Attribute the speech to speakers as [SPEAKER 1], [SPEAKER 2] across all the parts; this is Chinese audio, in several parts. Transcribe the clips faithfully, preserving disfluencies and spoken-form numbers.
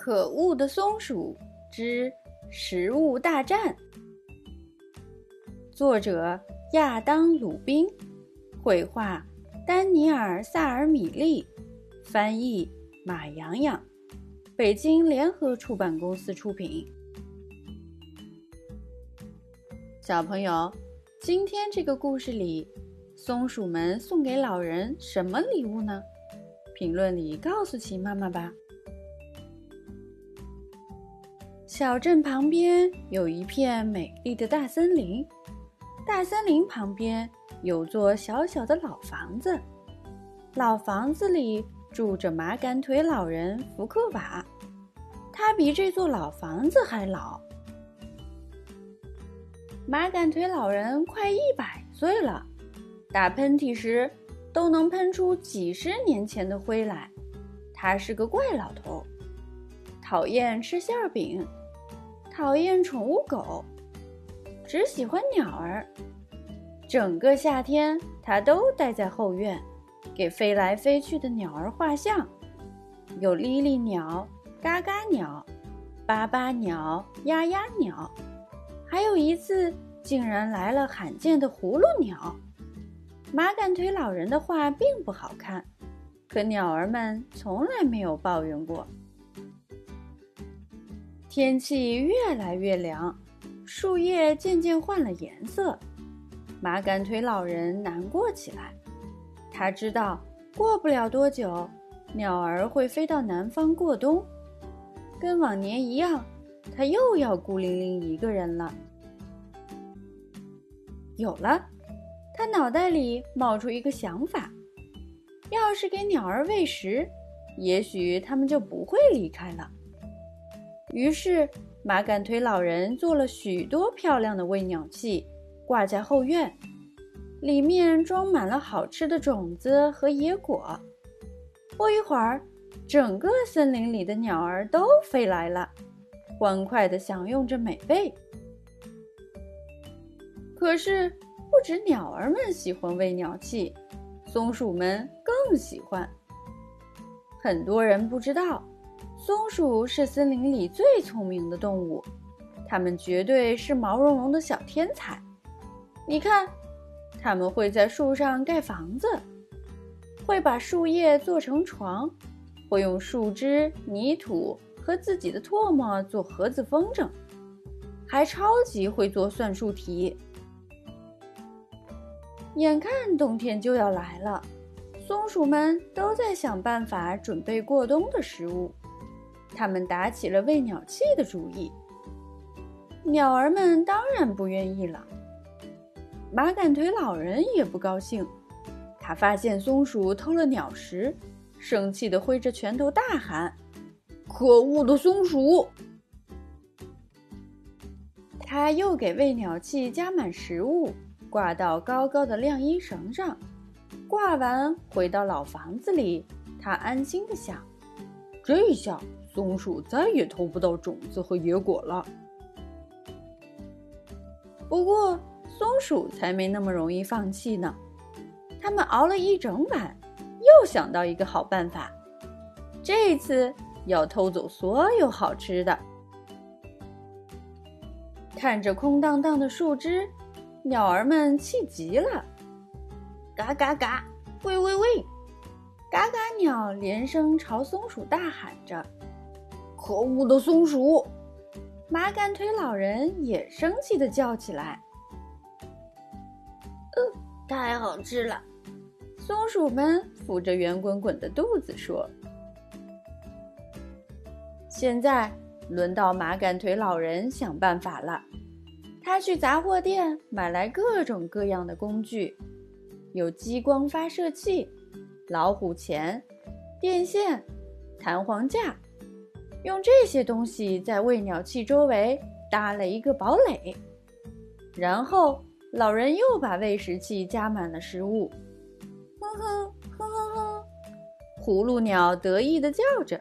[SPEAKER 1] 可恶的松鼠之食物大战，作者亚当·鲁宾，绘画丹尼尔·萨尔米利，翻译马洋洋，北京联合出版公司出品。小朋友，今天这个故事里，松鼠们送给老人什么礼物呢？评论里告诉奇妈妈吧。小镇旁边有一片美丽的大森林，大森林旁边有座小小的老房子，老房子里住着马杆腿老人福克瓦，他比这座老房子还老。马杆腿老人快一百岁了，打喷嚏时都能喷出几十年前的灰来。他是个怪老头，讨厌吃馅饼，讨厌宠物狗，只喜欢鸟儿。整个夏天他都待在后院，给飞来飞去的鸟儿画像，有哩哩鸟、嘎嘎鸟、巴巴鸟、呀呀鸟，还有一次竟然来了罕见的葫芦鸟。马杆腿老人的画并不好看，可鸟儿们从来没有抱怨过。天气越来越凉，树叶渐渐换了颜色，马杆腿老人难过起来。他知道过不了多久，鸟儿会飞到南方过冬，跟往年一样，他又要孤零零一个人了。有了，他脑袋里冒出一个想法，要是给鸟儿喂食，也许它们就不会离开了。于是马杆腿老人做了许多漂亮的喂鸟器，挂在后院，里面装满了好吃的种子和野果。不一会儿，整个森林里的鸟儿都飞来了，欢快地享用着美味。可是不止鸟儿们喜欢喂鸟器，松鼠们更喜欢。很多人不知道，松鼠是森林里最聪明的动物，它们绝对是毛茸茸的小天才。你看，它们会在树上盖房子，会把树叶做成床，会用树枝、泥土和自己的唾沫做盒子风筝，还超级会做算术题。眼看冬天就要来了，松鼠们都在想办法准备过冬的食物。他们打起了喂鸟器的主意，鸟儿们当然不愿意了。马杆腿老人也不高兴，他发现松鼠偷了鸟食，生气地挥着拳头大喊：可恶的松鼠！他又给喂鸟器加满食物，挂到高高的晾衣绳上。挂完回到老房子里，他安心地想，这下松鼠再也偷不到种子和野果了。不过松鼠才没那么容易放弃呢，他们熬了一整晚，又想到一个好办法，这次要偷走所有好吃的。看着空荡荡的树枝，鸟儿们气极了，嘎嘎嘎，喂喂喂！嘎嘎鸟连声朝松鼠大喊着：可恶的松鼠！马杆腿老人也生气地叫起来：呃，太好吃了！松鼠们扶着圆滚滚的肚子说。现在轮到马杆腿老人想办法了。他去杂货店买来各种各样的工具，有激光发射器、老虎钳、电线、弹簧架，用这些东西在喂鸟器周围搭了一个堡垒。然后老人又把喂食器加满了食物。哼哼哼哼哼，葫芦鸟得意地叫着。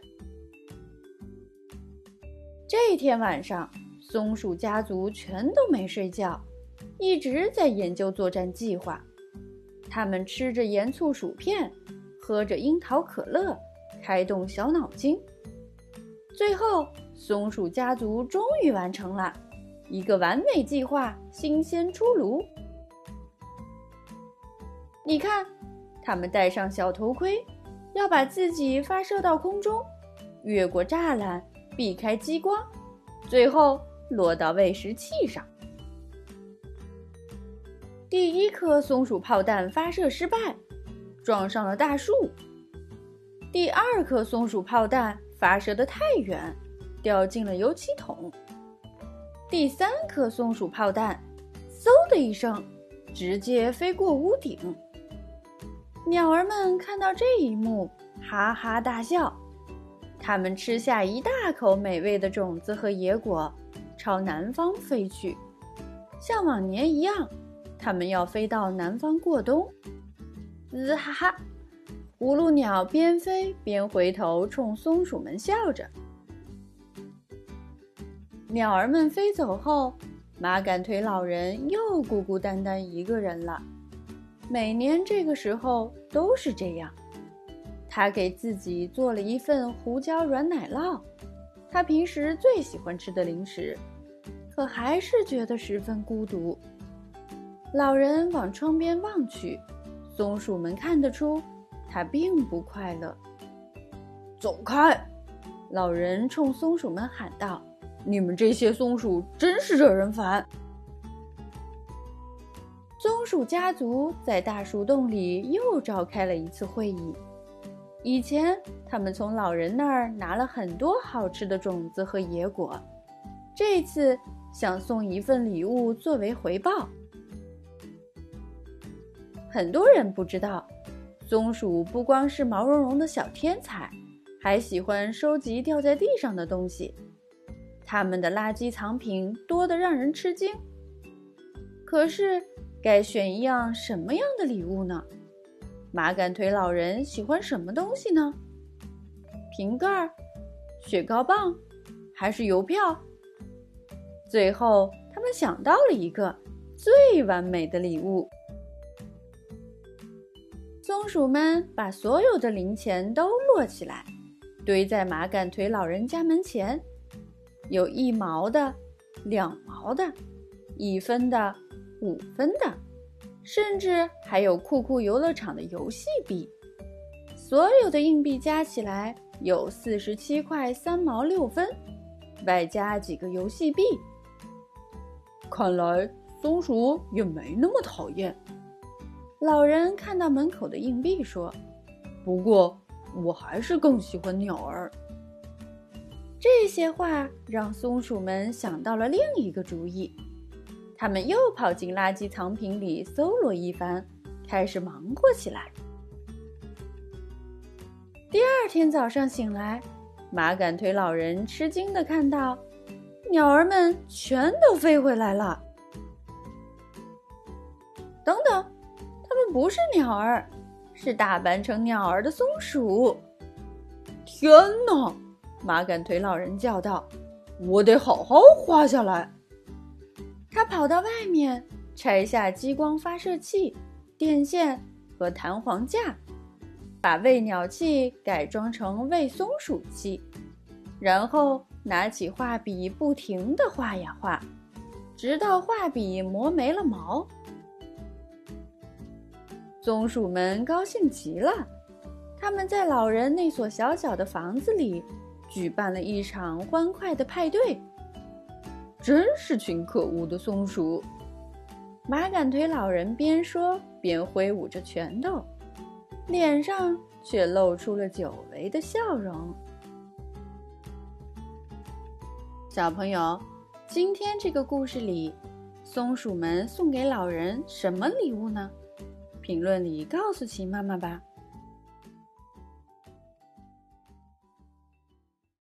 [SPEAKER 1] 这天晚上，松鼠家族全都没睡觉，一直在研究作战计划。他们吃着盐醋薯片，喝着樱桃可乐，开动小脑筋。 最后，松鼠家族终于完成了一个完美计划，新鲜出炉。你看，他们戴上小头盔，要把自己发射到空中，越过栅栏，避开激光，最后落到喂食器上。第一颗松鼠炮弹发射失败，撞上了大树。第二颗松鼠炮弹发射得太远，掉进了油漆桶。第三颗松鼠炮弹，嗖的一声，直接飞过屋顶。鸟儿们看到这一幕，哈哈大笑。它们吃下一大口美味的种子和野果，朝南方飞去。像往年一样，它们要飞到南方过冬。滋哈哈！葫芦鸟边飞边回头冲松鼠们笑着。鸟儿们飞走后，马杆腿老人又孤孤单单一个人了。每年这个时候都是这样。他给自己做了一份胡椒软奶酪，他平时最喜欢吃的零食，可还是觉得十分孤独。老人往窗边望去，松鼠们看得出他并不快乐。走开！老人冲松鼠们喊道，你们这些松鼠真是惹人烦。松鼠家族在大树洞里又召开了一次会议。以前他们从老人那儿拿了很多好吃的种子和野果，这次想送一份礼物作为回报。很多人不知道，松鼠不光是毛茸茸的小天才，还喜欢收集掉在地上的东西。它们的垃圾藏品多得让人吃惊。可是该选一样什么样的礼物呢？马杆腿老人喜欢什么东西呢？瓶盖、雪糕棒，还是邮票？最后，他们想到了一个最完美的礼物。松鼠们把所有的零钱都摞起来，堆在马杆腿老人家门前，有一毛的、两毛的、一分的、五分的，甚至还有酷酷游乐场的游戏币。所有的硬币加起来有四十七块三毛六分，外加几个游戏币。看来松鼠也没那么讨厌。老人看到门口的硬币说，不过我还是更喜欢鸟儿。这些话让松鼠们想到了另一个主意，他们又跑进垃圾藏品里搜罗一番，开始忙活起来。第二天早上醒来，马杆腿老人吃惊地看到，鸟儿们全都飞回来了。等等，它们不是鸟儿，是打扮成鸟儿的松鼠。天哪！马杆腿老人叫道，我得好好画下来。他跑到外面，拆下激光发射器、电线和弹簧架，把喂鸟器改装成喂松鼠器，然后拿起画笔不停地画呀画，直到画笔磨没了毛。松鼠们高兴极了，他们在老人那所小小的房子里举办了一场欢快的派对。真是群可恶的松鼠！马杆腿老人边说边挥舞着拳头，脸上却露出了久违的笑容。小朋友，今天这个故事里，松鼠们送给老人什么礼物呢？评论里告诉奇妈妈吧。